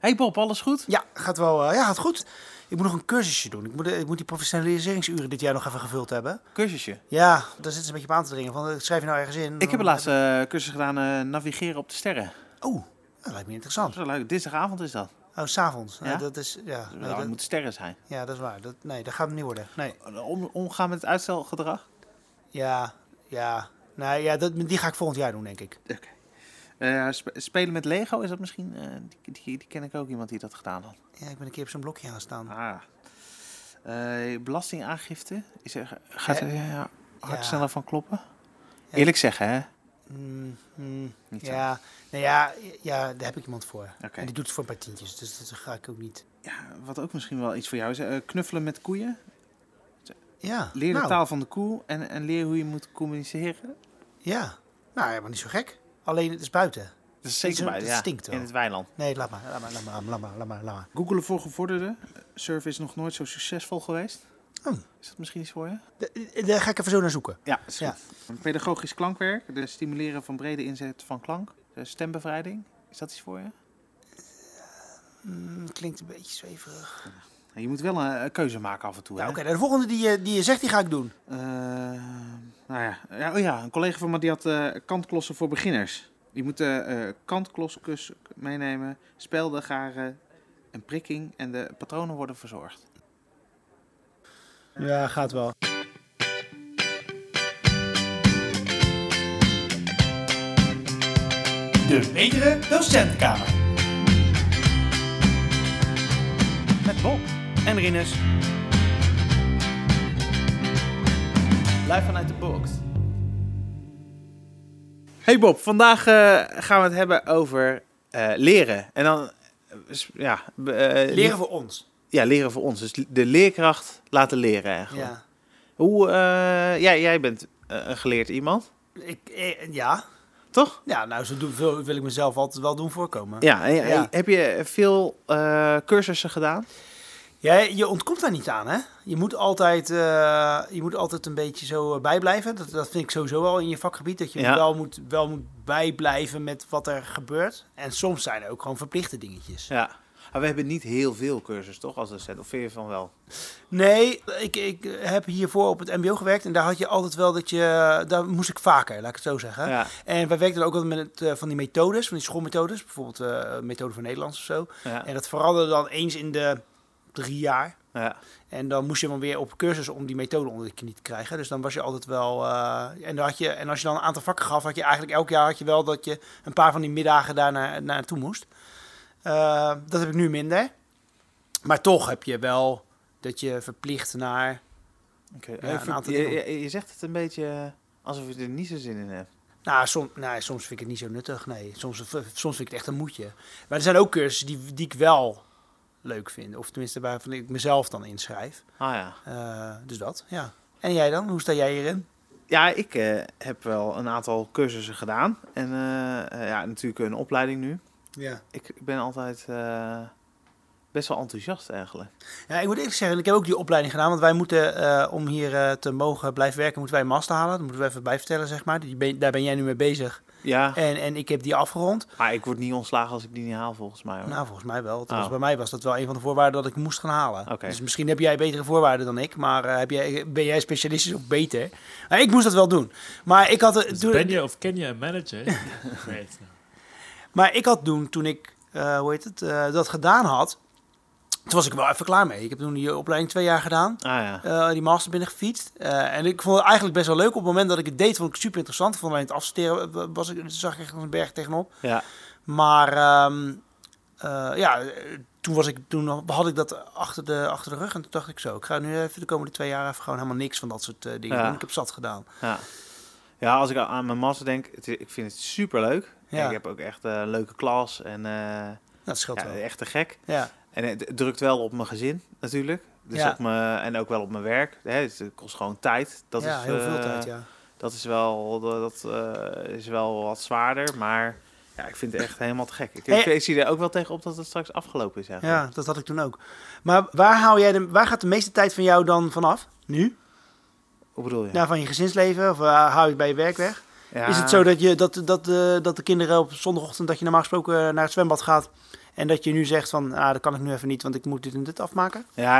Hey Bob, alles goed? Ja, gaat goed. Ik moet nog een cursusje doen. Ik moet die professionaliseringsuren dit jaar nog even gevuld hebben. Cursusje? Ja, daar zitten ze een beetje op aan te dringen. Van, schrijf je nou ergens in? Ik heb een laatst cursus gedaan, navigeren op de sterren. Oh, dat lijkt me interessant. Dat is wel leuk. Dinsdagavond is dat. Oh, 's avonds. Ja? Nee, dat is... Ja, Dus nee, dat moet sterren zijn. ja, dat is waar. Dat gaat het niet worden. Nee. Omgaan met het uitstelgedrag? Ja. Nou ja, die ga ik volgend jaar doen, denk ik. Oké. Spelen met Lego, is dat misschien... die ken ik ook, iemand die dat gedaan had. Ja, ik ben een keer op zo'n blokje gaan staan. Belastingaangifte? Gaat er hard sneller van kloppen? Ja. Eerlijk zeggen, hè? Niet zo. Ja, nou ja, daar heb ik iemand voor. Oké. En die doet het voor een paar tientjes, dus dat ga ik ook niet. Ja, wat ook misschien wel iets voor jou is. Knuffelen met koeien. Ja, Leer de nou, taal van de koe en leer hoe je moet communiceren. Ja, nou, helemaal niet zo gek. Alleen het is buiten. Dat is zeker bij, Het stinkt wel. in het weiland. Nee, laat maar. Googelen voor gevorderden. Surfen is nog nooit zo succesvol geweest. Oh. Is dat misschien iets voor je? Daar ga ik even zo naar zoeken. Ja, is Ja. goed. Pedagogisch klankwerk. De stimuleren van brede inzet van klank. De stembevrijding. Is dat iets voor je? Klinkt een beetje zweverig. Je moet wel een keuze maken af en toe. Ja, hè? oké, de volgende die je zegt, die ga ik doen. Een collega van me die had kantklossen voor beginners. Die moeten kantklosskus meenemen, spelden, garen, een prikking en de patronen worden verzorgd. Ja, gaat wel. De betere docentenkamer. Met Bob. En Rinus. Live vanuit de box. Hey Bob, vandaag gaan we het hebben over leren. En dan, Leren voor ons. Ja, leren voor ons. Dus de leerkracht laten leren eigenlijk. Ja. Hoe, jij bent een geleerd iemand, Ja. toch? Ja, nou, wil ik mezelf altijd wel doen voorkomen. Ja, en Ja. heb je veel cursussen gedaan? Ja, je ontkomt daar niet aan, hè? Je moet altijd een beetje zo bijblijven. Dat vind ik sowieso wel in je vakgebied. Dat je wel moet bijblijven met wat er gebeurt. En soms zijn er ook gewoon verplichte dingetjes. Ja. Maar we hebben niet heel veel cursus, toch? Als docent. Of vind je van wel? Nee, ik heb hiervoor op het mbo gewerkt. En daar had je altijd wel daar moest ik vaker, laat ik het zo zeggen. Ja. En wij werkten ook altijd met van die methodes, van die schoolmethodes. Bijvoorbeeld methode voor Nederlands of zo. Ja. En dat veranderde dan eens in de 3 jaar. Ja. En dan moest je dan weer op cursus om die methode onder de knie te krijgen. Dus dan was je altijd wel... en als je dan een aantal vakken gaf, had je eigenlijk elk jaar wel dat je een paar van die middagen daar naartoe moest. Dat heb ik nu minder. Maar toch heb je wel dat je verplicht naar... Oké. een aantal dingen. Je zegt het een beetje alsof je er niet zo zin in hebt. Nou, soms vind ik het niet zo nuttig. Nee, soms vind ik het echt een moedje. Maar er zijn ook cursussen die ik wel leuk vind. Of tenminste waarvan ik mezelf dan inschrijf. Ah ja. Dus dat, ja. En jij dan? Hoe sta jij hierin? Ja, ik heb wel een aantal cursussen gedaan. En natuurlijk een opleiding nu. Ja. Ik ben altijd best wel enthousiast eigenlijk. Ja, ik moet eerlijk zeggen, ik heb ook die opleiding gedaan. Want wij moeten, om hier te mogen blijven werken, moeten wij een master halen. Dat moeten we even bijvertellen, zeg maar. Daar ben jij nu mee bezig. Ja, En ik heb die afgerond. maar ik word niet ontslagen als ik die niet haal volgens mij. Hoor. Nou, volgens mij wel. Oh. Bij mij was dat wel een van de voorwaarden dat ik moest gaan halen. Oké. Dus misschien heb jij betere voorwaarden dan ik. Maar ben jij specialistisch of beter? Maar ik moest dat wel doen. Maar ik had... Dus ben je of ken je een manager? Weet. Maar ik had toen ik dat gedaan had, toen was ik wel even klaar mee. Ik heb toen die opleiding 2 jaar gedaan. Ah ja. Die master binnen gefietst. En ik vond het eigenlijk best wel leuk. Op het moment dat ik het deed, vond ik het super interessant. Ik vond alleen het afstuderen, zag ik echt een berg tegenop. Ja. Maar toen had ik dat achter de rug. En toen dacht ik zo, ik ga nu even de komende 2 jaar even gewoon helemaal niks van dat soort dingen Ja. doen. Ik heb zat gedaan. Ja. Ja, als ik aan mijn master denk, ik vind het super leuk. Ja. Ik heb ook echt een leuke klas en Dat scheelt wel. echt te gek. Ja. En het drukt wel op mijn gezin natuurlijk. Dus Ja. en ook wel op mijn werk. Het kost gewoon tijd. Dat Ja, is, heel veel tijd, ja. Dat is wel wat zwaarder, maar ja, ik vind het echt helemaal te gek. Ik zie er ook wel tegenop dat het straks afgelopen is eigenlijk. Ja, dat had ik toen ook. Maar waar gaat de meeste tijd van jou dan vanaf? Nu? Hoe bedoel je? Nou, van je gezinsleven? Of hou je het bij je werk weg? Ja. Is het zo dat de kinderen op zondagochtend, dat je normaal gesproken naar het zwembad gaat En dat je nu zegt van, dat kan ik nu even niet, want ik moet dit en dit afmaken? Ja,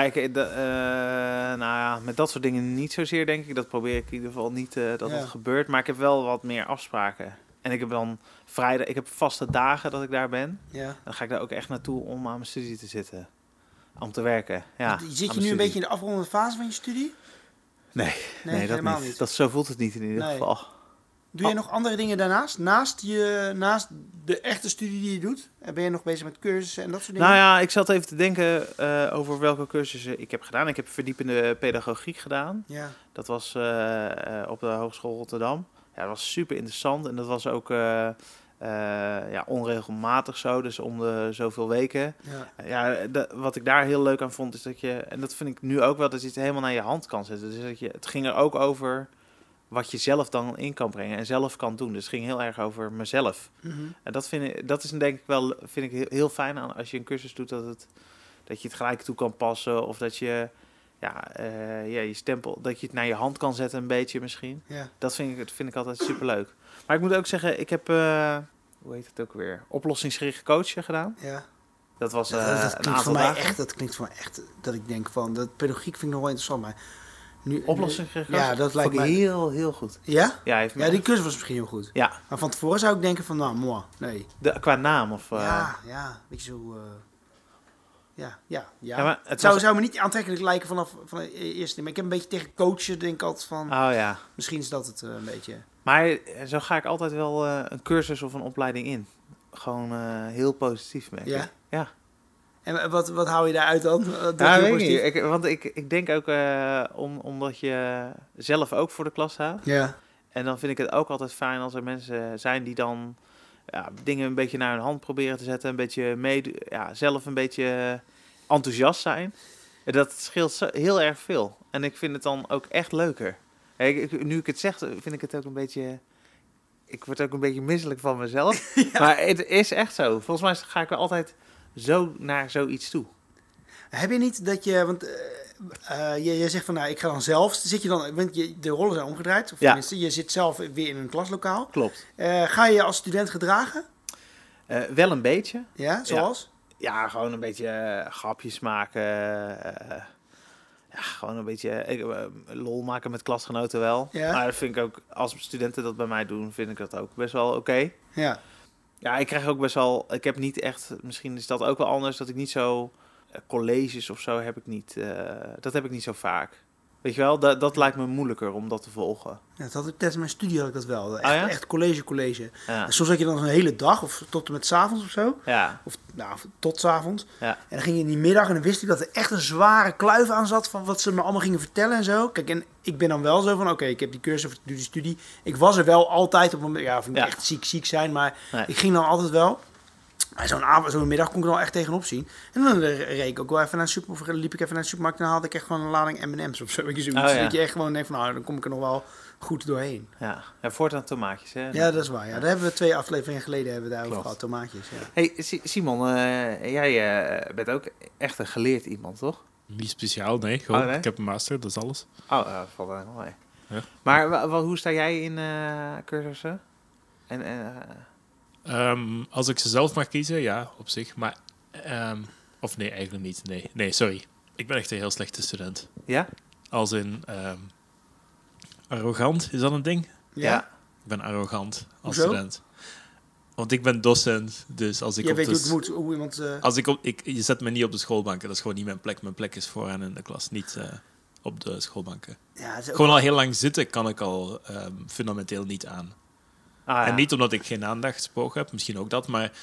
met dat soort dingen niet zozeer, denk ik. Dat probeer ik in ieder geval niet dat het gebeurt. Maar ik heb wel wat meer afspraken. En ik heb dan vrijdag, ik heb vaste dagen dat ik daar ben. Ja. Dan ga ik daar ook echt naartoe om aan mijn studie te zitten. Om te werken, ja. Zit je nu een beetje in de afrondende fase van je studie? Nee, dat helemaal niet. niet. Zo voelt het niet in ieder geval. Doe je nog andere dingen daarnaast? Naast de echte studie die je doet? Ben je nog bezig met cursussen en dat soort dingen? Nou ja, ik zat even te denken over welke cursussen ik heb gedaan. Ik heb verdiepende pedagogiek gedaan. Ja. Dat was op de Hogeschool Rotterdam. Ja, dat was super interessant. En dat was ook onregelmatig zo. Dus om de zoveel weken. Wat ik daar heel leuk aan vond, is dat je... En dat vind ik nu ook wel, dat je het helemaal naar je hand kan zetten. Dus dat het ging er ook over wat je zelf dan in kan brengen en zelf kan doen. Dus het ging heel erg over mezelf. Mm-hmm. En dat is denk ik wel, vind ik heel fijn aan als je een cursus doet, dat je het gelijk toe kan passen. Of dat je je stempel, dat je het naar je hand kan zetten een beetje misschien. Ja. Dat vind ik altijd superleuk. Maar ik moet ook zeggen, ik heb, hoe heet het ook weer? Oplossingsgericht coachen gedaan. Ja. Dat was dat een klinkt aantal voor mij dagen. echt, dat klinkt voor mij echt, dat ik denk van, dat pedagogiek vind ik nog wel interessant, maar nu... Oplossingsgericht coachen? Ja, dat lijkt vond ik mij... heel, heel goed. Ja? Ja, Die cursus was misschien heel goed. Ja. Maar van tevoren zou ik denken van, nou, moi, nee. Qua naam of... weet je zo... Ja, maar het zou me niet aantrekkelijk lijken vanaf de eerste. Maar ik heb een beetje tegen coachen, denk ik altijd van... Oh ja. Misschien is dat het een beetje... Maar zo ga ik altijd wel een cursus of een opleiding in. Gewoon heel positief, merk ik. Ja. En wat hou je daaruit dan? Weet ik niet. Want ik denk ook, omdat je zelf ook voor de klas staat. Ja. En dan vind ik het ook altijd fijn als er mensen zijn die dan dingen een beetje naar hun hand proberen te zetten. Een beetje zelf een beetje enthousiast zijn. Dat scheelt heel erg veel. En ik vind het dan ook echt leuker. Nu ik het zeg, vind ik het ook een beetje... Ik word ook een beetje misselijk van mezelf. Ja. Maar het is echt zo. Volgens mij ga ik er altijd zo naar zoiets toe. Heb je niet dat je... Want je zegt van, ik ga dan zelf... Zit je dan... Want de rollen zijn omgedraaid. Of tenminste, je zit zelf weer in een klaslokaal. Klopt. Ga je als student gedragen? Wel een beetje. Ja, zoals? Ja, gewoon een beetje grapjes maken... gewoon een beetje lol maken met klasgenoten wel. Ja. Maar dat vind ik ook, als studenten dat bij mij doen, vind ik dat ook best wel oké. Ja. Ja, ik krijg ook best wel... Ik heb niet echt... Misschien is dat ook wel anders, dat ik niet zo... colleges of zo heb ik niet... dat heb ik niet zo vaak. Weet je wel, dat lijkt me moeilijker om dat te volgen. Ja, dat had ik tijdens mijn studie had ik dat wel. Echt, ja? echt college. Ja. En soms had je dan een hele dag, of tot en met 's avonds of zo. Ja. Of tot 's avonds. Ja. En dan ging je in die middag en dan wist ik dat er echt een zware kluif aan zat van wat ze me allemaal gingen vertellen en zo. Kijk, en ik ben dan wel zo van, oké, ik heb die cursus of ik doe die studie. Ik was er wel altijd op een moment, of ik moet echt ziek zijn, maar ik ging dan altijd wel. Maar zo'n middag kon ik er wel echt tegenop zien. En dan reed ik ook wel even naar de supermarkt. Of liep ik even naar de supermarkt en dan haalde ik echt gewoon een lading M&M's of zo. Weet je, zoiets. Dat je echt gewoon denkt van, nou, dan kom ik er nog wel goed doorheen. Ja, voortaan tomaatjes, hè? Ja, dat is waar. Ja. Daar hebben we 2 afleveringen geleden hebben we daarover gehad, tomaatjes. Ja. Hey, Simon, jij bent ook echt een geleerd iemand, toch? Niet speciaal, nee. Gewoon, ik heb een master, dat is alles. Dat valt wel mee. Ja. Maar hoe sta jij in cursussen? Als ik ze zelf mag kiezen, ja, op zich. Maar, of nee, eigenlijk niet. Nee, sorry. Ik ben echt een heel slechte student. Ja? Als in arrogant, is dat een ding? Ja. Ik ben arrogant als student. Want ik ben docent, dus als ik je weet hoe het moet, hoe iemand... Als je zet me niet op de schoolbanken, dat is gewoon niet mijn plek. Mijn plek is vooraan in de klas, niet op de schoolbanken. Ja, gewoon al heel lang zitten kan ik al fundamenteel niet aan. En niet omdat ik geen aandachtspoog heb, misschien ook dat, maar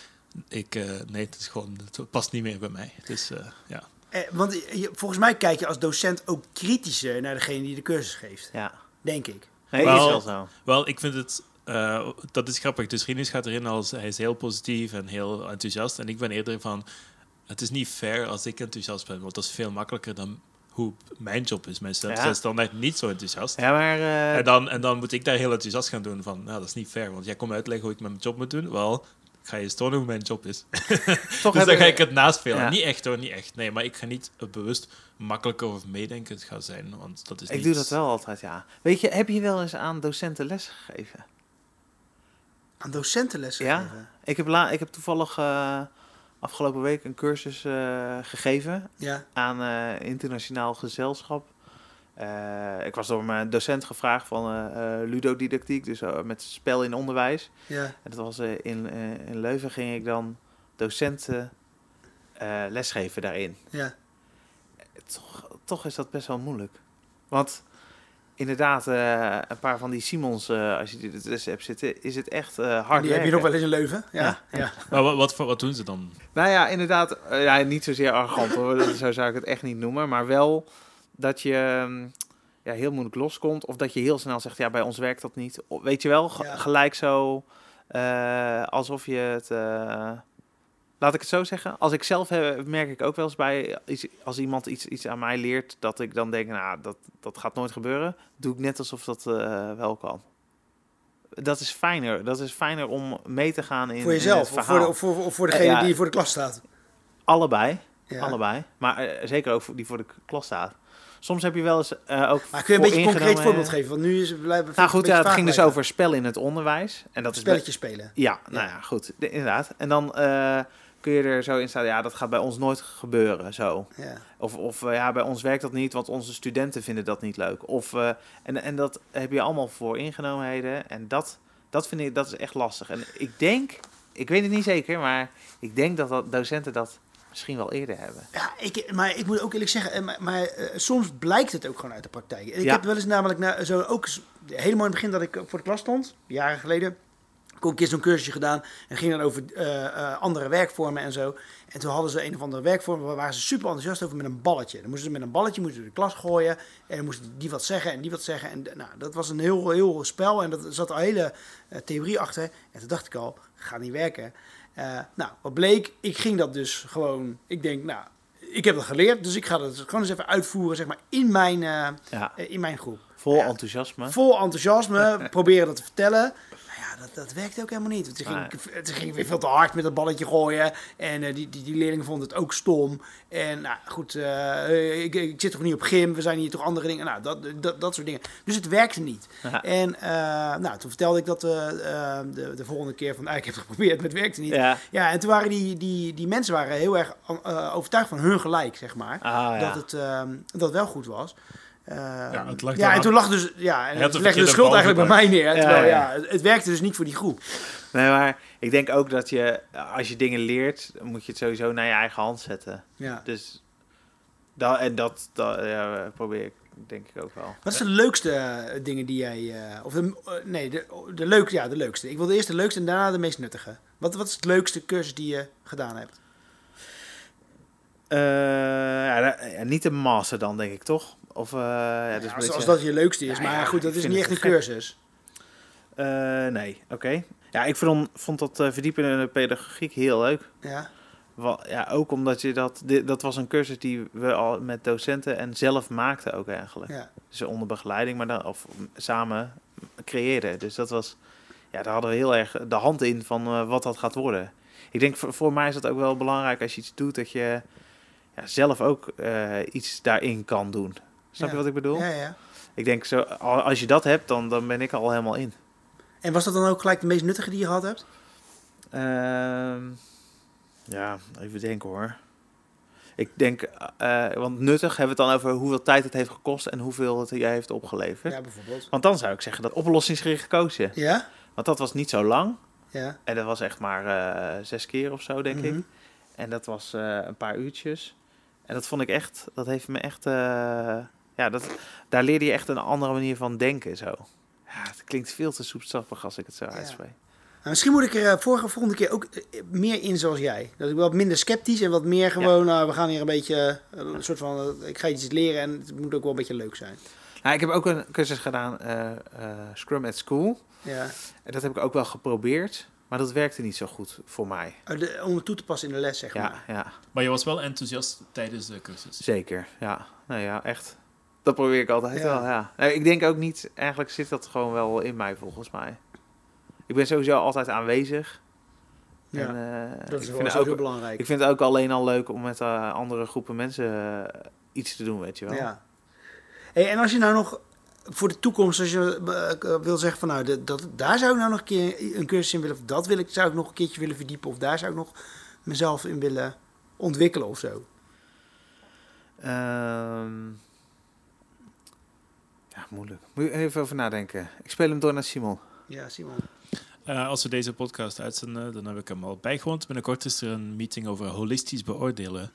het past niet meer bij mij. Dus ja. Want volgens mij kijk je als docent ook kritischer naar degene die de cursus geeft. Ja. Denk ik. Nee, is wel zo. Wel, ik vind het... dat is grappig. De geschiedenis gaat erin als hij is heel positief en heel enthousiast. En ik ben eerder van... Het is niet fair als ik enthousiast ben, want dat is veel makkelijker dan hoe mijn job is. Mijn studenten zijn standaard niet zo enthousiast. Ja, maar... En dan moet ik daar heel enthousiast gaan doen van... Nou, dat is niet fair, want jij komt uitleggen hoe ik mijn job moet doen. Wel, ik ga je eens tonen hoe mijn job is. Dus dan ga ik het naspelen. Ja. Niet echt hoor, niet echt. Nee, maar ik ga niet bewust makkelijker of meedenkend gaan zijn, want dat is Ik doe dat wel altijd, ja. Weet je, heb je wel eens aan docenten les gegeven? Aan docenten les gegeven? Ja. Ik heb toevallig afgelopen week een cursus gegeven Ja. aan internationaal gezelschap. Ik was door mijn docent gevraagd van ludodidactiek, dus met spel in onderwijs. Ja. En dat was in Leuven ging ik dan docenten lesgeven daarin. Ja. Toch is dat best wel moeilijk. Want inderdaad, een paar van die Simons, als je die ertussen hebt zitten, is het echt hard Die heb je nog wel eens in Leuven. Ja. Ja. Maar wat doen ze dan? Nou ja, inderdaad, niet zozeer arrogant hoor, zo zou ik het echt niet noemen, maar wel dat je heel moeilijk loskomt of dat je heel snel zegt, ja, bij ons werkt dat niet. Weet je wel, gelijk zo alsof je het... laat ik het zo zeggen. Als ik zelf heb, merk ik ook wel eens bij... Als iemand iets aan mij leert, dat ik dan denk... Nou, dat gaat nooit gebeuren. Doe ik net alsof dat wel kan. Dat is fijner. Dat is fijner om mee te gaan in, voor jezelf, in het verhaal. of voor degene die voor de klas staat. Allebei. Ja. Allebei. Maar zeker ook die voor de klas staat. Soms heb je wel eens ook... Maar kun je een beetje een concreet voorbeeld geven? Want nu is het blijven. Nou goed, het ging dus over spel in het onderwijs. En dat spelletjes spelen. Ja, nou ja, goed. Inderdaad. En dan... kun je er zo in staan, ja, dat gaat bij ons nooit gebeuren, zo. Ja. Of bij ons werkt dat niet, want onze studenten vinden dat niet leuk. En dat heb je allemaal voor ingenomenheden. En dat vind ik, dat is echt lastig. En ik weet het niet zeker, maar ik denk dat docenten dat misschien wel eerder hebben. Ja, maar ik moet ook eerlijk zeggen, soms blijkt het ook gewoon uit de praktijk. Ik heb wel eens namelijk, helemaal in het begin dat ik voor de klas stond, jaren geleden... Ik heb een keer zo'n cursusje gedaan en ging dan over andere werkvormen en zo. En toen hadden ze een of andere werkvorm, waar waren ze super enthousiast over met een balletje. Dan moesten ze met een balletje de klas gooien en dan moesten die wat zeggen en die wat zeggen. En nou, dat was een heel spel en dat zat al hele theorie achter. En toen dacht ik al, gaat niet werken. Wat bleek, ik ging dat dus gewoon, ik denk, nou, ik heb dat geleerd, dus ik ga dat gewoon eens even uitvoeren, zeg maar, in mijn groep. Vol enthousiasme. Vol enthousiasme, proberen dat te vertellen. Dat werkt ook helemaal niet. Het ging weer veel te hard met dat balletje gooien. En die leerling vond het ook stom. En nou goed, ik zit toch niet op gym. We zijn hier toch andere dingen. Nou, dat soort dingen. Dus het werkte niet. Aha. En toen vertelde ik dat de volgende keer van... ik heb het geprobeerd, maar het werkte niet. Ja, en toen waren die mensen waren heel erg overtuigd van hun gelijk, zeg maar. Dat het wel goed was. En toen lag dus... Ja, en het legde de schuld eigenlijk bij mij neer. Terwijl, het werkte dus niet voor die groep. Nee, maar ik denk ook dat je... Als je dingen leert, dan moet je het sowieso naar je eigen hand zetten. Ja. Dus... Dat probeer ik, denk ik ook wel. Wat is de leukste dingen die jij... de leukste. Ik wil eerst de leukste en daarna de meest nuttige. Wat is het leukste cursus die je gedaan hebt? Niet de master dan, denk ik, toch? Of, dus als dat je leukste is. Maar goed, dat is niet echt een cursus. Nee, oké. Ja, ik vond dat verdiepen in de pedagogiek heel leuk. Ja. Ook omdat je dat was een cursus die we al met docenten en zelf maakten ook eigenlijk. Ja. Dus onder begeleiding, maar dan of samen creëerden. Dus dat was, daar hadden we heel erg de hand in van wat dat gaat worden. Ik denk voor mij is dat ook wel belangrijk als je iets doet dat je zelf ook iets daarin kan doen. Snap je wat ik bedoel? Ja. Ik denk, zo, als je dat hebt, dan ben ik al helemaal in. En was dat dan ook gelijk de meest nuttige die je gehad hebt? Even denken hoor. Ik denk, want nuttig hebben we het dan over hoeveel tijd het heeft gekost en hoeveel het jij heeft opgeleverd. Ja, bijvoorbeeld. Want dan zou ik zeggen dat oplossingsgericht coachen. Ja? Want dat was niet zo lang. Ja. En dat was echt maar 6 keer of zo, denk ik. En dat was een paar uurtjes. En dat vond ik echt, dat heeft me echt... daar leerde je echt een andere manier van denken, zo. Ja, het klinkt veel te soepsappig als ik het zo uitspreek. Nou, misschien moet ik er volgende keer ook meer in zoals jij. Dat ik wat minder sceptisch en wat meer gewoon... we gaan hier een beetje een soort van... ik ga iets leren en het moet ook wel een beetje leuk zijn. Nou, ik heb ook een cursus gedaan, Scrum at School. Ja. En dat heb ik ook wel geprobeerd. Maar dat werkte niet zo goed voor mij. Om het toe te passen in de les, zeg maar. Ja. Maar je was wel enthousiast tijdens de cursus? Zeker, ja. Nou ja, echt. Dat probeer ik altijd wel, ja. Ik denk ook niet... Eigenlijk zit dat gewoon wel in mij, volgens mij. Ik ben sowieso altijd aanwezig. Ja, en, dat is wel heel belangrijk. Ik vind het ook alleen al leuk om met andere groepen mensen iets te doen, weet je wel. Ja. Hey, en als je nou nog... Voor de toekomst, als je wil zeggen van nou, daar zou ik nou nog een keer een cursus in willen, of zou ik nog een keertje willen verdiepen, of daar zou ik nog mezelf in willen ontwikkelen of zo? Ja, moeilijk. Moet je even over nadenken. Ik speel hem door naar Simon. Ja, Simon. Als we deze podcast uitzenden, dan heb ik hem al bijgewoond. Binnenkort is er een meeting over holistisch beoordelen.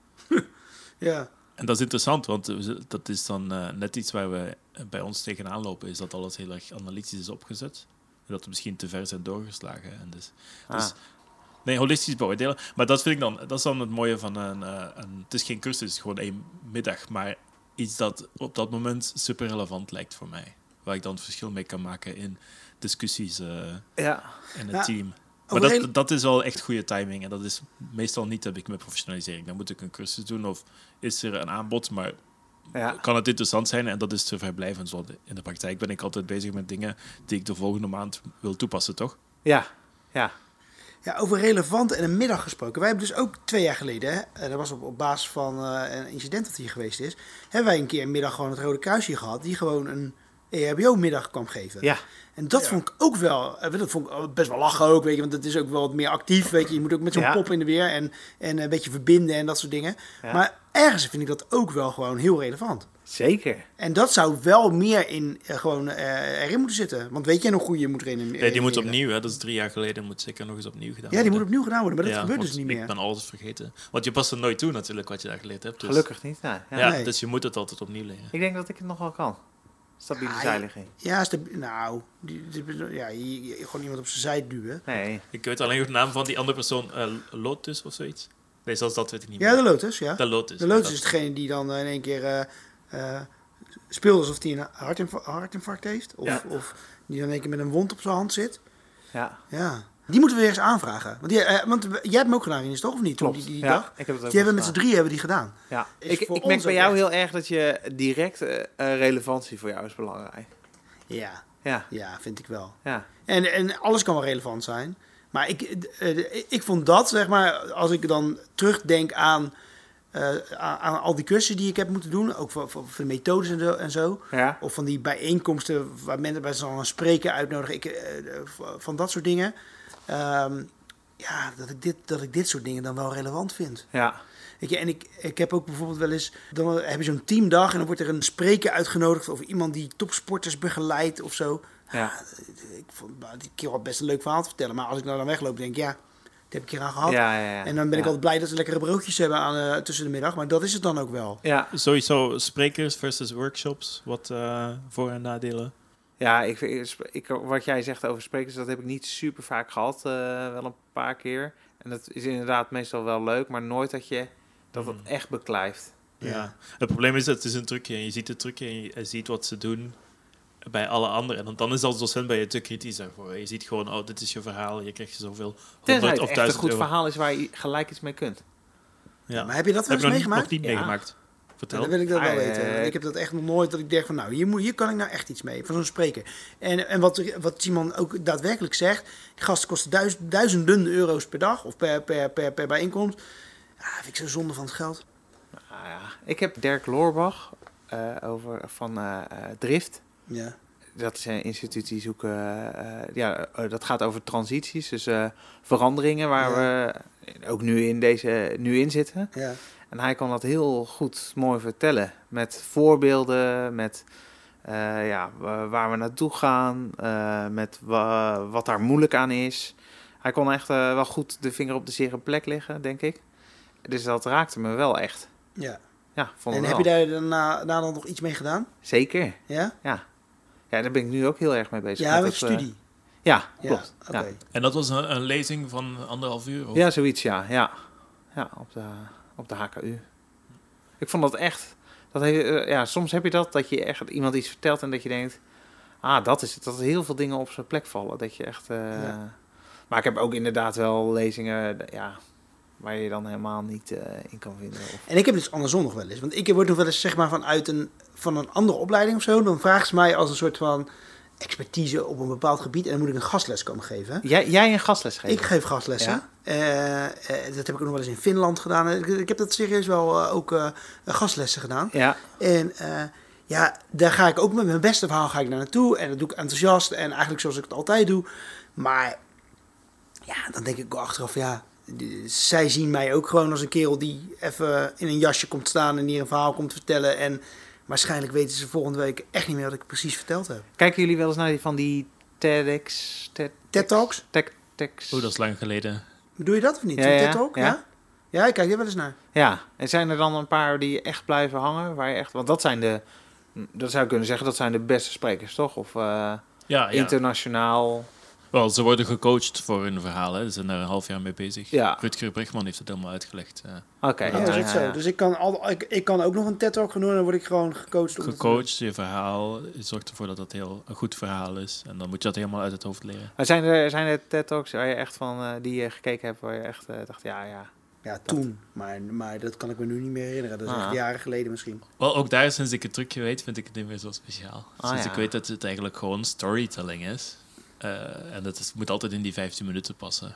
Ja. En dat is interessant, want dat is dan net iets waar we bij ons tegenaan lopen, is dat alles heel erg analytisch is opgezet. Dat we misschien te ver zijn doorgeslagen. En dus nee, holistisch beoordelen. Maar dat vind ik dan, dat is dan het mooie van het is geen cursus, het is gewoon 1 middag, maar iets dat op dat moment super relevant lijkt voor mij. Waar ik dan het verschil mee kan maken in discussies in het team. Maar dat is wel echt goede timing. En dat is meestal niet, heb ik met professionalisering. Dan moet ik een cursus doen of is er een aanbod, maar kan het interessant zijn? En dat is te vrijblijvend. Want in de praktijk ben ik altijd bezig met dingen die ik de volgende maand wil toepassen, toch? Ja. Ja, over relevant en een middag gesproken. Wij hebben dus ook 2 jaar geleden, dat was op basis van een incident dat hier geweest is, hebben wij een keer een middag gewoon het Rode Kruis hier gehad, die gewoon een EHBO-middag kwam geven. Ja. En dat vond ik ook wel, dat vond ik best wel lachen ook, weet je, want het is ook wel wat meer actief, weet je. Je moet ook met zo'n pop in de weer en een beetje verbinden en dat soort dingen. Ja. Maar ergens vind ik dat ook wel gewoon heel relevant. Zeker. En dat zou wel meer in erin moeten zitten. Want weet jij nog hoe je moet erin? Nee, die moet opnieuw, hè. Dat is 3 jaar geleden, moet zeker nog eens opnieuw gedaan worden. Ja, die moet opnieuw gedaan worden, maar dat gebeurt dus niet meer. Ik ben alles vergeten. Want je past er nooit toe natuurlijk, wat je daar geleerd hebt. Dus. Gelukkig niet, nee. Dus je moet het altijd opnieuw leren. Ik denk dat ik het nog wel kan. Stabiele zijligging. Ja, gewoon iemand op zijn zij duwen. Nee. Ik weet alleen nog de naam van die andere persoon, Lotus of zoiets. Nee, zelfs dat weet ik niet meer. Ja, de Lotus, ja. De Lotus. De Lotus is degene die dan in één keer speelt alsof hij een hartinfarct heeft. Of die dan in één keer met een wond op zijn hand zit. Ja. Die moeten we weer eens aanvragen. Want jij hebt hem ook gedaan, Rinus, toch? Of niet? Klopt. Die dag? Ik heb het ook die hebben met z'n 3 hebben die gedaan. Ja. Ik merk bij jou heel erg dat je direct relevantie voor jou is belangrijk. Ja, vind ik wel. Ja. En alles kan wel relevant zijn. Maar ik vond dat, zeg maar, als ik dan terugdenk aan al die cursussen die ik heb moeten doen, ook voor de methodes en zo. Ja. Of van die bijeenkomsten waar mensen bij zo'n spreken uitnodigen. Van dat soort dingen. Dat ik dit soort dingen dan wel relevant vind. Ja. Weet je, en ik heb ook bijvoorbeeld wel eens, dan heb je zo'n teamdag en dan wordt er een spreker uitgenodigd of iemand die topsporters begeleidt of zo. Ja. Ik vond die kerel best een leuk verhaal te vertellen, maar als ik nou dan wegloop, denk ik, dat heb ik hier aan gehad. Ja. En dan ben ik altijd blij dat ze lekkere broodjes hebben tussen de middag, maar dat is het dan ook wel. Ja. Sowieso sprekers versus workshops, wat voor- en nadelen? Ja, wat jij zegt over sprekers, dat heb ik niet super vaak gehad. Wel een paar keer. En dat is inderdaad meestal wel leuk, maar nooit dat het echt beklijft. Ja. Het probleem is dat het is een trucje. En je ziet het trucje en je ziet wat ze doen bij alle anderen. En dan is als docent ben je te kritisch daarvoor. Je ziet gewoon, dit is je verhaal. Je krijgt je zoveel 100 of 1000 echt een goed euro. verhaal is waar je gelijk iets mee kunt. Ja. Maar heb je dat wel eens meegemaakt? Nog niet meegemaakt. Vertel. Ja, dan wil ik dat wel weten. Ik heb dat echt nog nooit dat ik denk van, hier kan ik nou echt iets mee. Van zo'n spreker. En wat Simon ook daadwerkelijk zegt, die gasten kosten duizenden euro's per dag of per bijeenkomst. Ja, vind ik zo zonde van het geld. Ik heb Dirk Loorbach van Drift. Ja. Dat is een instituut die zoeken... dat gaat over transities, dus veranderingen waar we ook nu in zitten. Ja. En hij kan dat heel goed, mooi vertellen. Met voorbeelden, met waar we naartoe gaan, met wat daar moeilijk aan is. Hij kon echt wel goed de vinger op de zere plek leggen, denk ik. Dus dat raakte me wel echt. Ja. Ja, en heb je daar daarna dan nog iets mee gedaan? Zeker. Ja? Ja, daar ben ik nu ook heel erg mee bezig. Ja, met je studie? Ja, klopt. Okay. Ja. En dat was een lezing van 1,5 uur? Of? Ja, zoiets, ja. Ja, op de HKU. Ik vond dat echt... soms heb je dat je echt iemand iets vertelt en dat je denkt... dat is het. Dat er heel veel dingen op zijn plek vallen. Dat je echt... Maar ik heb ook inderdaad wel lezingen... waar je dan helemaal niet in kan vinden. En ik heb dus andersom nog wel eens. Want ik word nog wel eens, zeg maar, van een andere opleiding of zo. Dan vragen ze mij als een soort van expertise op een bepaald gebied. En dan moet ik een gastles komen geven. Jij een gastles geven? Ik geef gastlessen. Ja. Dat heb ik ook nog wel eens in Finland gedaan. Ik heb dat serieus wel ook gastlessen gedaan. Ja. En daar ga ik ook met mijn beste verhaal daar naartoe. En dat doe ik enthousiast. En eigenlijk zoals ik het altijd doe. Maar dan denk ik achteraf, zij zien mij ook gewoon als een kerel die even in een jasje komt staan en hier een verhaal komt vertellen. En waarschijnlijk weten ze volgende week echt niet meer wat ik precies verteld heb. Kijken jullie wel eens naar die TED-talks? Dat is lang geleden. Bedoel je dat of niet? Ja. TED-talk? Ja? Ja, ik kijk er wel eens naar. Ja, en zijn er dan een paar die echt blijven hangen? Waar je echt, want dat zou ik kunnen zeggen, dat zijn de beste sprekers, toch? Of internationaal. Wel, ze worden gecoacht voor hun verhaal. Hè. Ze zijn daar een half jaar mee bezig. Ja. Rutger Bregman heeft het helemaal uitgelegd. Oké. Is het zo? Dus ik kan ook nog een TED-talk gaan doen en dan word ik gewoon gecoacht. Gecoacht, je verhaal. Je zorgt ervoor dat het een goed verhaal is. En dan moet je dat helemaal uit het hoofd leren. Maar zijn er TED-talks waar je echt van, die je gekeken hebt, waar je echt dacht, ja... Ja, toen. Maar dat kan ik me nu niet meer herinneren. Dat is echt jaren geleden misschien. Wel, ook daar, sinds ik het trucje weet, vind ik het niet meer zo speciaal. Sinds ik weet dat het eigenlijk gewoon storytelling is. En dat moet altijd in die 15 minuten passen.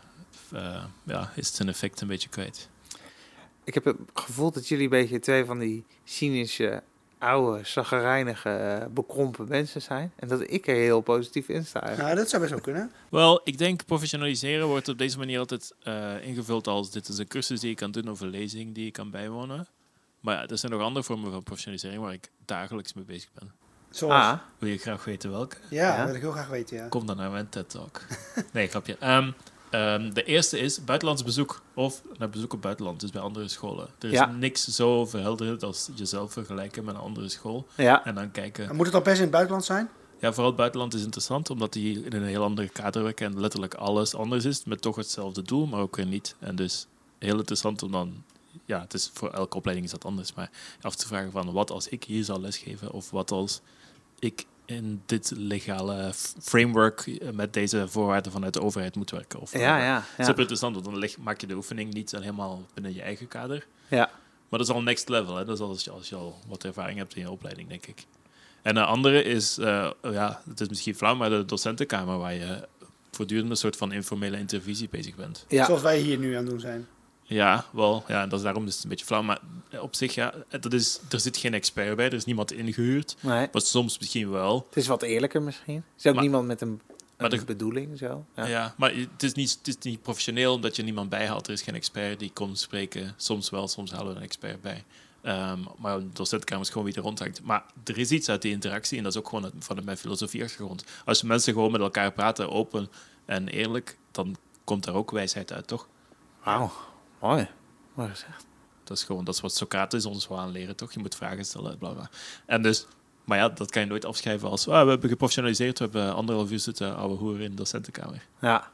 Is het zijn effect een beetje kwijt. Ik heb het gevoel dat jullie een beetje twee van die cynische, oude, chagrijnige, bekrompen mensen zijn. En dat ik er heel positief in sta. Nou, dat zou best wel kunnen. Wel, ik denk professionaliseren wordt op deze manier altijd ingevuld als dit is een cursus die je kan doen of een lezing die je kan bijwonen. Maar ja, er zijn nog andere vormen van professionalisering waar ik dagelijks mee bezig ben. Zoals? Wil je graag weten welke? Ja, dat wil ik heel graag weten, ja. Kom dan naar mijn TED-talk. Nee, grapje. De eerste is buitenlands bezoek of naar bezoek op buitenland, dus bij andere scholen. Er is niks zo verhelderend als jezelf vergelijken met een andere school en dan kijken. En moet het al best in het buitenland zijn? Ja, vooral het buitenland is interessant, omdat die in een heel andere kader werken en letterlijk alles anders is, met toch hetzelfde doel, maar ook weer niet. En dus heel interessant om dan, het is voor elke opleiding is dat anders, maar af te vragen van wat als ik hier zou lesgeven of wat als ik in dit legale framework met deze voorwaarden vanuit de overheid moet werken. Of, super interessant, want dan maak je de oefening niet helemaal binnen je eigen kader. Ja. Maar dat is al next level. Hè? Dat is als je al wat ervaring hebt in je opleiding, denk ik. En de andere is, het is misschien flauw, maar de docentenkamer waar je voortdurend een soort van informele intervisie bezig bent. Ja. Zoals wij hier nu aan het doen zijn. Ja, wel. Ja, dat is daarom dus een beetje flauw. Maar op zich, er zit geen expert bij. Er is niemand ingehuurd. Nee. Maar soms misschien wel. Het is wat eerlijker misschien. Er is ook niemand met een bedoeling. Zo. Ja, maar het is niet professioneel omdat je niemand bijhaalt. Er is geen expert die komt spreken. Soms wel, soms halen we een expert bij. Maar de docentenkamer is gewoon wie er rondhangt. Maar er is iets uit die interactie en dat is ook gewoon van mijn filosofie-achtergrond. Als mensen gewoon met elkaar praten, open en eerlijk, dan komt er ook wijsheid uit, toch? Wauw. Mooi gezegd. Dat is wat Socrates ons wil aanleren, toch? Je moet vragen stellen, bla bla. En dus, maar ja, dat kan je nooit afschrijven als we hebben geprofessionaliseerd, we hebben 1,5 uur zitten ouwe hoeren in de docentenkamer. Ja,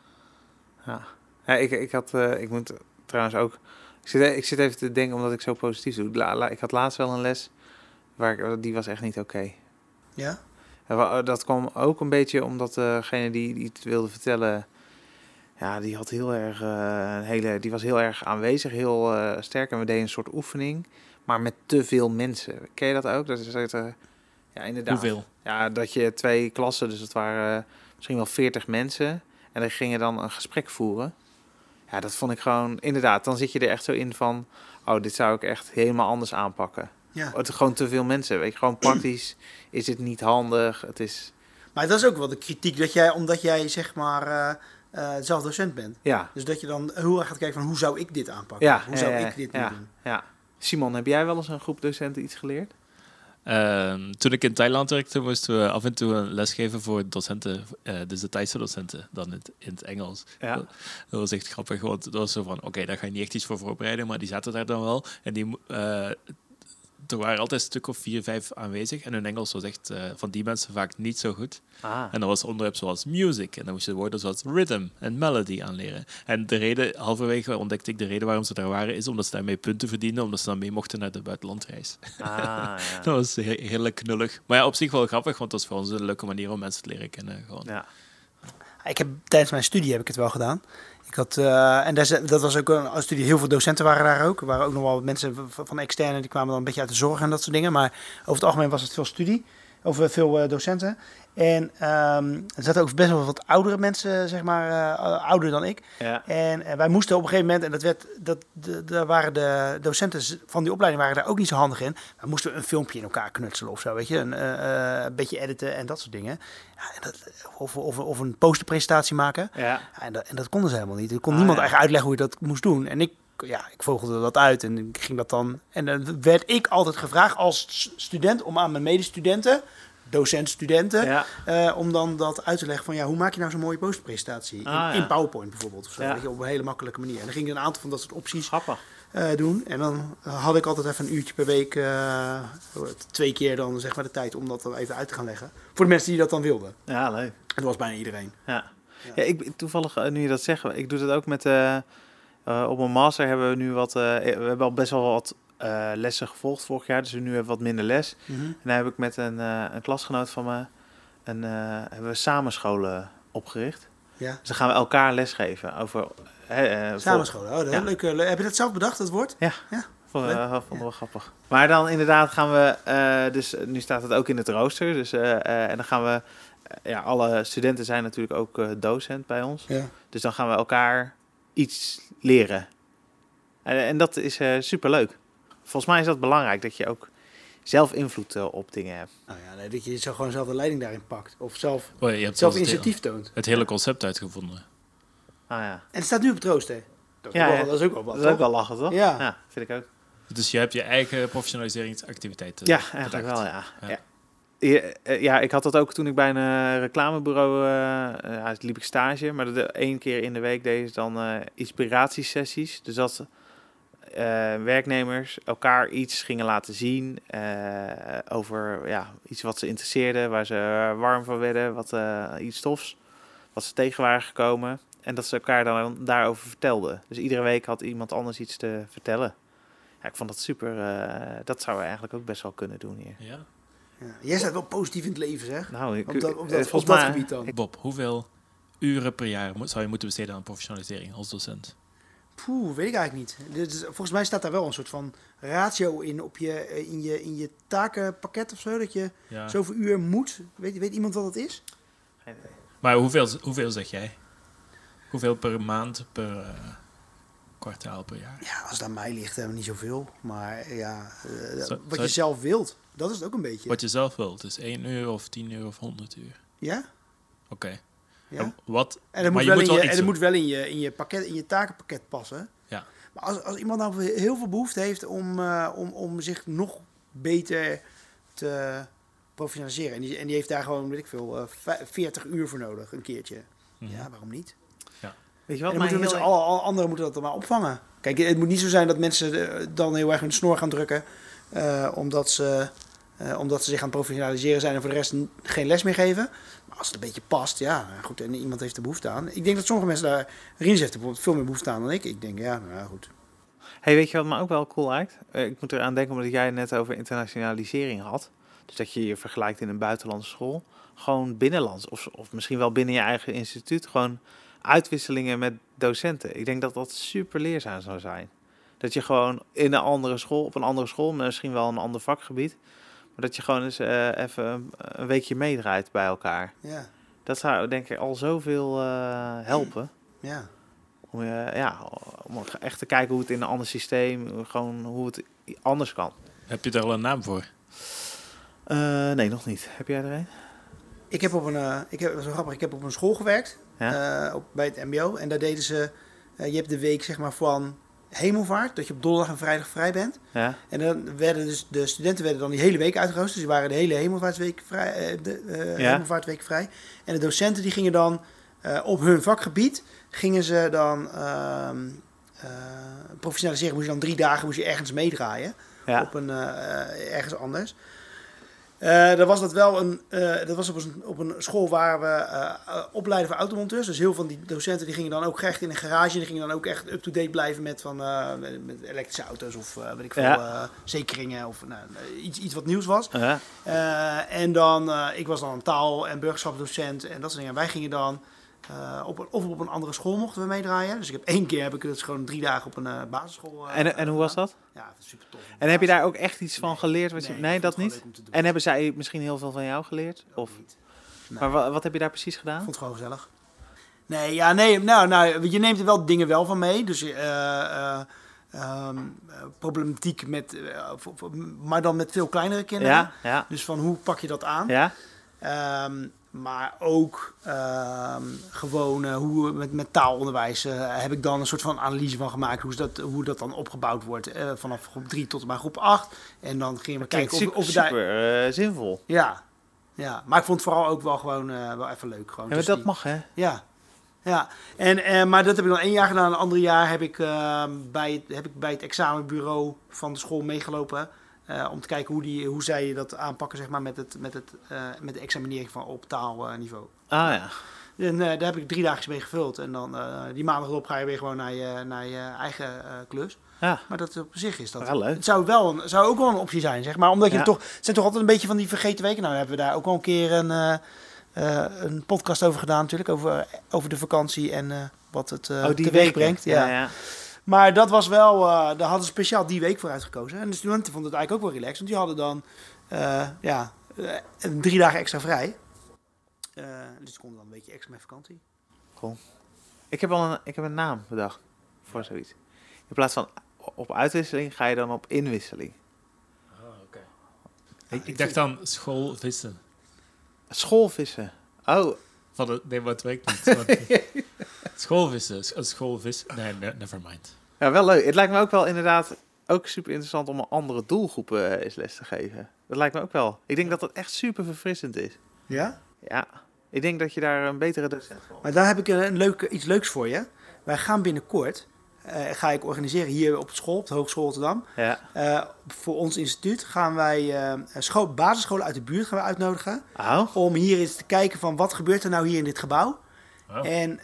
ik moet trouwens ook... Ik zit even te denken, omdat ik zo positief doe. Ik had laatst wel een les, die was echt niet oké. Ja? Dat kwam ook een beetje omdat degene die het wilde vertellen... Ja, die had heel erg die was heel erg aanwezig, heel sterk. En we deden een soort oefening, maar met te veel mensen. Ken je dat ook? Dat is inderdaad. Hoeveel? Ja, dat je 2 klassen, dus het waren misschien wel 40 mensen. En dan gingen dan een gesprek voeren. Ja, dat vond ik gewoon, inderdaad, dan zit je er echt zo in van... Oh, dit zou ik echt helemaal anders aanpakken. Ja. Het is gewoon te veel mensen, weet je. Gewoon praktisch is het niet handig. Het is... Maar dat is ook wel de kritiek, dat jij, omdat jij zeg maar... zelf docent bent. Ja. Dus dat je dan heel erg gaat kijken van hoe zou ik dit aanpakken? Ja, hoe zou ik dit nu doen? Ja. Simon, heb jij wel eens een groep docenten iets geleerd? Toen ik in Thailand werkte, moesten we af en toe een les geven voor docenten, dus de Thaise docenten, dan in het Engels. Ja. Dat was echt grappig, want dat was zo van, oké, daar ga je niet echt iets voor voorbereiden, maar die zaten daar dan wel. En er waren altijd een stuk of 4, 5 aanwezig. En hun Engels was echt van die mensen vaak niet zo goed. En dan was onderwerp zoals music. En dan moest je woorden zoals rhythm en melody aanleren. En halverwege ontdekte ik de reden waarom ze daar waren, is omdat ze daarmee punten verdienden, omdat ze dan mee mochten naar de buitenlandreis. Ja. Dat was heel knullig. Maar ja, op zich wel grappig, want dat is voor ons een leuke manier om mensen te leren kennen. Gewoon. Ja. Tijdens mijn studie heb ik het wel gedaan. Ik had, en dat was ook een studie, heel veel docenten waren daar ook. Er waren ook nog wel mensen van externe, die kwamen dan een beetje uit de zorg en dat soort dingen. Maar over het algemeen was het veel studie, of veel docenten. En er zaten ook best wel wat oudere mensen, zeg maar, ouder dan ik. Ja. En wij moesten op een gegeven moment, en daar waren de docenten van die opleiding waren daar ook niet zo handig in. We moesten een filmpje in elkaar knutselen of zo, weet je. Een beetje editen en dat soort dingen. Ja, en of een posterpresentatie maken. Ja. En dat konden ze helemaal niet. Er kon niemand eigenlijk uitleggen hoe je dat moest doen. En ik vogelde dat uit en ik ging dat dan. En dan werd ik altijd gevraagd als student om aan mijn medestudenten, docent-studenten, om dan dat uit te leggen van hoe maak je nou zo'n mooie posterpresentatie in PowerPoint bijvoorbeeld. Of zo, weet je, op een hele makkelijke manier. En dan ging ik een aantal van dat soort opties doen. En dan had ik altijd even een uurtje per week, 2 keer dan zeg maar de tijd om dat dan even uit te gaan leggen. Voor de mensen die dat dan wilden. Ja, leuk. Dat was bijna iedereen. Ja, toevallig, nu je dat zegt, ik doe dat ook met, op mijn master hebben we nu wat, we hebben al best wel wat lessen gevolgd vorig jaar, dus nu hebben we wat minder les. Mm-hmm. En dan heb ik met een klasgenoot van me, hebben we samenscholen opgericht. Ja. Dus dan gaan we elkaar lesgeven over... Samenscholen, dat is leuk. Heb je dat zelf bedacht, dat woord? Ja. Vonden we wel grappig. Maar dan inderdaad gaan we, dus nu staat het ook in het rooster, dus, en dan gaan we, alle studenten zijn natuurlijk ook docent bij ons. Ja. Dus dan gaan we elkaar iets leren. En dat is superleuk. Volgens mij is dat belangrijk, dat je ook zelf invloed op dingen hebt. Nou ja, dat je zo gewoon zelf de leiding daarin pakt. Of zelf je hebt initiatief toont. Het hele concept uitgevonden. Ja. En het staat nu op het rooster. Dat is ook wel wat. Dat is ook wel lachen, toch? Ja, vind ik ook. Dus je hebt je eigen professionaliseringsactiviteiten. Ja, eigenlijk wel, ja. Ik had dat ook toen ik bij een reclamebureau liep ik stage. Maar 1 keer in de week deed ik dan inspiratiesessies. Dus dat werknemers elkaar iets gingen laten zien over iets wat ze interesseerde, waar ze warm van werden, iets tofs, wat ze tegen waren gekomen. En dat ze elkaar dan daarover vertelden. Dus iedere week had iemand anders iets te vertellen. Ja, ik vond dat super. Dat zouden we eigenlijk ook best wel kunnen doen hier. Ja. Jij staat wel positief in het leven, zeg. Nou, op dat gebied dan. Bob, hoeveel uren per jaar zou je moeten besteden aan professionalisering als docent? Weet ik eigenlijk niet. Dus, volgens mij staat daar wel een soort van ratio in in je takenpakket of zo. Dat je zoveel uur moet. Weet iemand wat dat is? Geen idee. Maar hoeveel zeg jij? Hoeveel per maand, per kwartaal, per jaar? Ja, als het aan mij ligt, hebben we niet zoveel. Maar wat je zelf wilt, dat is het ook een beetje. Wat je zelf wilt, dus 1 uur of 10 uur of 100 uur? Ja. Oké. Ja. En dat moet wel in je pakket, in je takenpakket passen. Ja. Maar als iemand nou heel veel behoefte heeft om zich nog beter te professionaliseren. En die heeft daar gewoon, weet ik veel, 40 uur voor nodig, een keertje. Mm-hmm. Ja, waarom niet? Ja. Weet je wat? Alle anderen moeten dat dan maar opvangen. Kijk, het moet niet zo zijn dat mensen dan heel erg hun snor gaan drukken. Omdat ze zich aan het professionaliseren zijn en voor de rest geen les meer geven. Maar als het een beetje past, goed, en iemand heeft er behoefte aan. Ik denk dat sommige mensen daar... Rins heeft er bijvoorbeeld veel meer behoefte aan dan ik. Ik denk, goed. Hey, weet je wat me ook wel cool lijkt? Ik moet eraan denken omdat jij het net over internationalisering had. Dus dat je je vergelijkt in een buitenlandse school. Gewoon binnenlands of misschien wel binnen je eigen instituut. Gewoon uitwisselingen met docenten. Ik denk dat dat super leerzaam zou zijn. Dat je gewoon in op een andere school, misschien wel een ander vakgebied... Maar dat je gewoon eens even een weekje meedraait bij elkaar. Ja. Dat zou denk ik al zoveel helpen. Ja. Om echt te kijken hoe het in een ander systeem, gewoon hoe het anders kan. Heb je daar al een naam voor? Nee, nog niet. Heb jij er een? Ik heb op een school gewerkt, bij het mbo. En daar deden ze, je hebt de week zeg maar van hemelvaart, dat je op donderdag en vrijdag vrij bent. Ja. En dan werden dus de studenten werden dan die hele week uitgeroosterd. Dus die waren de hele hemelvaartweek vrij. Hemelvaartweek vrij. En de docenten die gingen dan op hun vakgebied gingen ze dan professionaliseren. Moest je dan 3 dagen moest je ergens meedraaien op ergens anders. Dat was op een school waar we opleiden voor automonteurs. Dus heel veel van die docenten die gingen dan ook echt in een garage. Die gingen dan ook echt up-to-date blijven met elektrische auto's of weet ik veel, zekeringen of iets wat nieuws was. En dan, ik was dan een taal- en burgerschapsdocent en dat soort dingen. Wij gingen dan op een andere school mochten we meedraaien. Dus 1 keer heb ik dus gewoon 3 dagen op een basisschool. En hoe was dat? Ja, dat is super tof. En heb je daar ook echt iets van geleerd? Nee, dat niet? En hebben zij misschien heel veel van jou geleerd? Of? Niet. Maar wat heb je daar precies gedaan? Ik vond het gewoon gezellig. Nou, je neemt er wel dingen wel van mee. Dus problematiek met, maar dan met veel kleinere kinderen. Ja. Dus van hoe pak je dat aan? Ja. Maar ook gewoon hoe met taalonderwijs heb ik dan een soort van analyse van gemaakt. Hoe dat dan opgebouwd wordt vanaf groep 3 tot en met groep 8. En dan gingen we kijken of we daar... Super zinvol. Ja, maar ik vond het vooral ook wel gewoon wel even leuk. Gewoon, ja, dus dat mag, hè? Ja. Maar dat heb ik dan 1 jaar gedaan. Een andere jaar heb ik bij het examenbureau van de school meegelopen. Om te kijken hoe zij dat aanpakken, zeg maar, met de examinering van op taalniveau. Ja. En daar heb ik 3 dagen mee gevuld. En dan die maandag erop ga je weer gewoon naar je eigen klus. Ja. Maar dat op zich is dat wel leuk. Het zou ook wel een optie zijn, zeg maar. Omdat je het zijn toch altijd een beetje van die vergeten weken. Nou, hebben we daar ook al een keer een podcast over gedaan natuurlijk. Over de vakantie en wat het teweeg brengt. Ja. Maar dat was wel, daar hadden ze speciaal die week voor uitgekozen. En de studenten vonden het eigenlijk ook wel relaxed. Want die hadden dan 3 dagen extra vrij. Dus die konden dan een beetje extra met vakantie. Cool. Ik heb een naam bedacht voor zoiets. In plaats van op uitwisseling ga je dan op inwisseling. Oké. Ik dacht dan schoolvissen. Schoolvissen? Oh. Nee, maar het werkt niet. Schoolvissen. Schoolvis. Nee, never mind. Ja, wel leuk. Het lijkt me ook wel inderdaad ook super interessant om een andere doelgroepen eens les te geven. Dat lijkt me ook wel. Ik denk dat dat echt super verfrissend is. Ja? Ja. Ik denk dat je daar een betere docent voor. Maar daar heb ik iets leuks voor je. Wij gaan binnenkort, ga ik organiseren hier op school, op de Hogeschool Rotterdam. Ja. Voor ons instituut gaan wij basisscholen uit de buurt gaan we uitnodigen. Oh. Om hier eens te kijken van wat gebeurt er nou hier in dit gebouw. Oh. En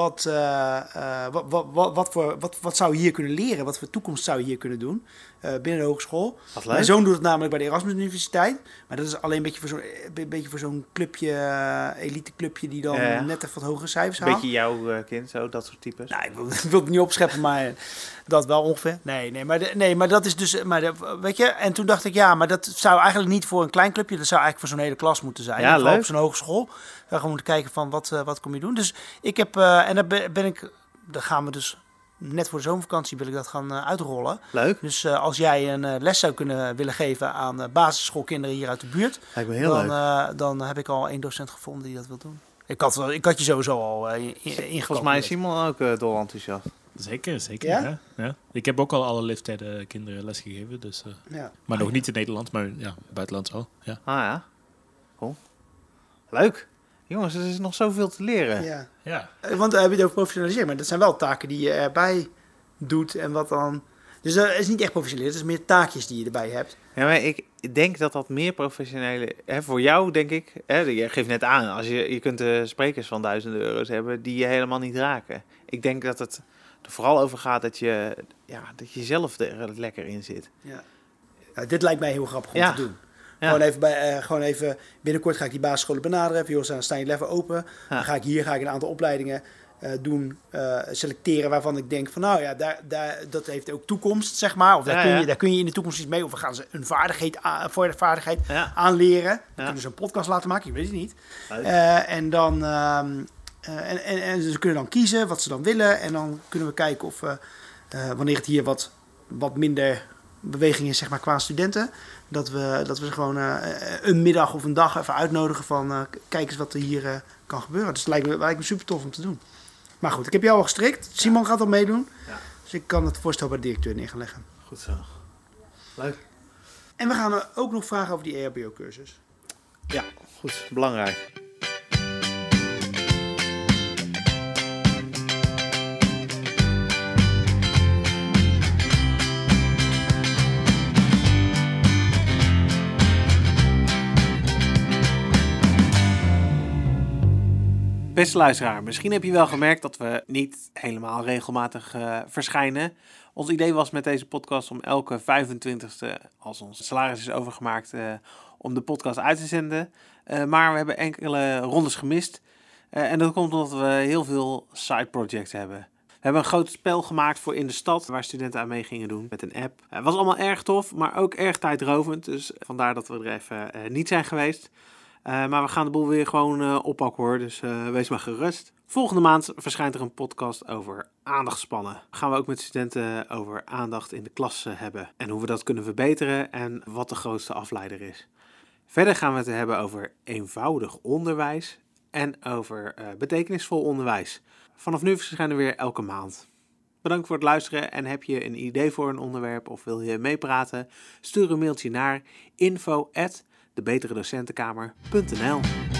wat zou je hier kunnen leren? Wat voor toekomst zou je hier kunnen doen binnen de hogeschool? Mijn zoon doet het namelijk bij de Erasmus Universiteit. Maar dat is alleen een beetje voor zo'n clubje, elite clubje die dan net even wat hogere cijfers haalt. Een beetje jouw kind, zo, dat soort types. Nou, ik wil het niet opscheppen, maar dat wel ongeveer. Nee, maar dat is dus... weet je, en toen dacht ik, maar dat zou eigenlijk niet voor een klein clubje, dat zou eigenlijk voor zo'n hele klas moeten zijn. Ja, leuk. Op zo'n hogeschool. We gaan moeten kijken van wat kom je doen. Dus ik heb, daar gaan we dus net voor de zomervakantie wil ik dat gaan uitrollen. Leuk. Dus als jij een les zou willen geven aan basisschoolkinderen hier uit de buurt, lijkt me heel leuk. Dan heb ik al 1 docent gevonden die dat wil doen. Ik had je sowieso al ingevuld. Volgens mij is Simon ook dol enthousiast. Zeker. Ja? Ja. Ik heb ook al alle leeftijden kinderen lesgegeven. Dus, maar nog niet in Nederland, maar buitenland wel. Ja. Ah ja. Cool. Leuk. Jongens, er is nog zoveel te leren. Ja. Want dan heb je het over professionaliseren. Maar dat zijn wel taken die je erbij doet. En wat dan... Dus dat is niet echt professioneel. Het is meer taakjes die je erbij hebt. Ja, maar ik denk dat meer professionele... voor jou, denk ik... je geeft net aan, als je kunt sprekers van €1000 hebben die je helemaal niet raken. Ik denk dat het er vooral over gaat dat je zelf er lekker in zit. Ja. Dit lijkt mij heel grappig om te doen. Ja. Gewoon even binnenkort ga ik die basisscholen benaderen. Even, joh, staan je even open. Ja. Dan ga ik een aantal opleidingen doen, selecteren waarvan ik denk van dat heeft ook toekomst, zeg maar. Of daar kun je in de toekomst iets mee. Of we gaan ze een vaardigheid aanleren. Dan kunnen ze een podcast laten maken, ik weet het niet. En dan en ze kunnen dan kiezen wat ze dan willen. En dan kunnen we kijken of wanneer het hier wat minder beweging is, zeg maar, qua studenten. Dat we ze gewoon een middag of een dag even uitnodigen van kijk eens wat er hier kan gebeuren. Dus het lijkt me super tof om te doen. Maar goed, ik heb jou al gestrikt. Simon gaat al meedoen. Ja. Dus ik kan het voorstel bij de directeur neer gaan leggen. Goed zo. Leuk. En we gaan ook nog vragen over die EHBO-cursus. Ja, goed. Belangrijk. Beste luisteraar, misschien heb je wel gemerkt dat we niet helemaal regelmatig verschijnen. Ons idee was met deze podcast om elke 25e, als ons salaris is overgemaakt, om de podcast uit te zenden. Maar we hebben enkele rondes gemist. En dat komt omdat we heel veel side projects hebben. We hebben een groot spel gemaakt voor in de stad, waar studenten aan mee gingen doen met een app. Het was allemaal erg tof, maar ook erg tijdrovend. Dus vandaar dat we er even niet zijn geweest. Maar we gaan de boel weer gewoon oppakken hoor, dus wees maar gerust. Volgende maand verschijnt er een podcast over aandachtspannen. Gaan we ook met studenten over aandacht in de klas hebben. En hoe we dat kunnen verbeteren en wat de grootste afleider is. Verder gaan we het hebben over eenvoudig onderwijs en over betekenisvol onderwijs. Vanaf nu verschijnen we weer elke maand. Bedankt voor het luisteren en heb je een idee voor een onderwerp of wil je meepraten? Stuur een mailtje naar info@debeteredocentenkamer.nl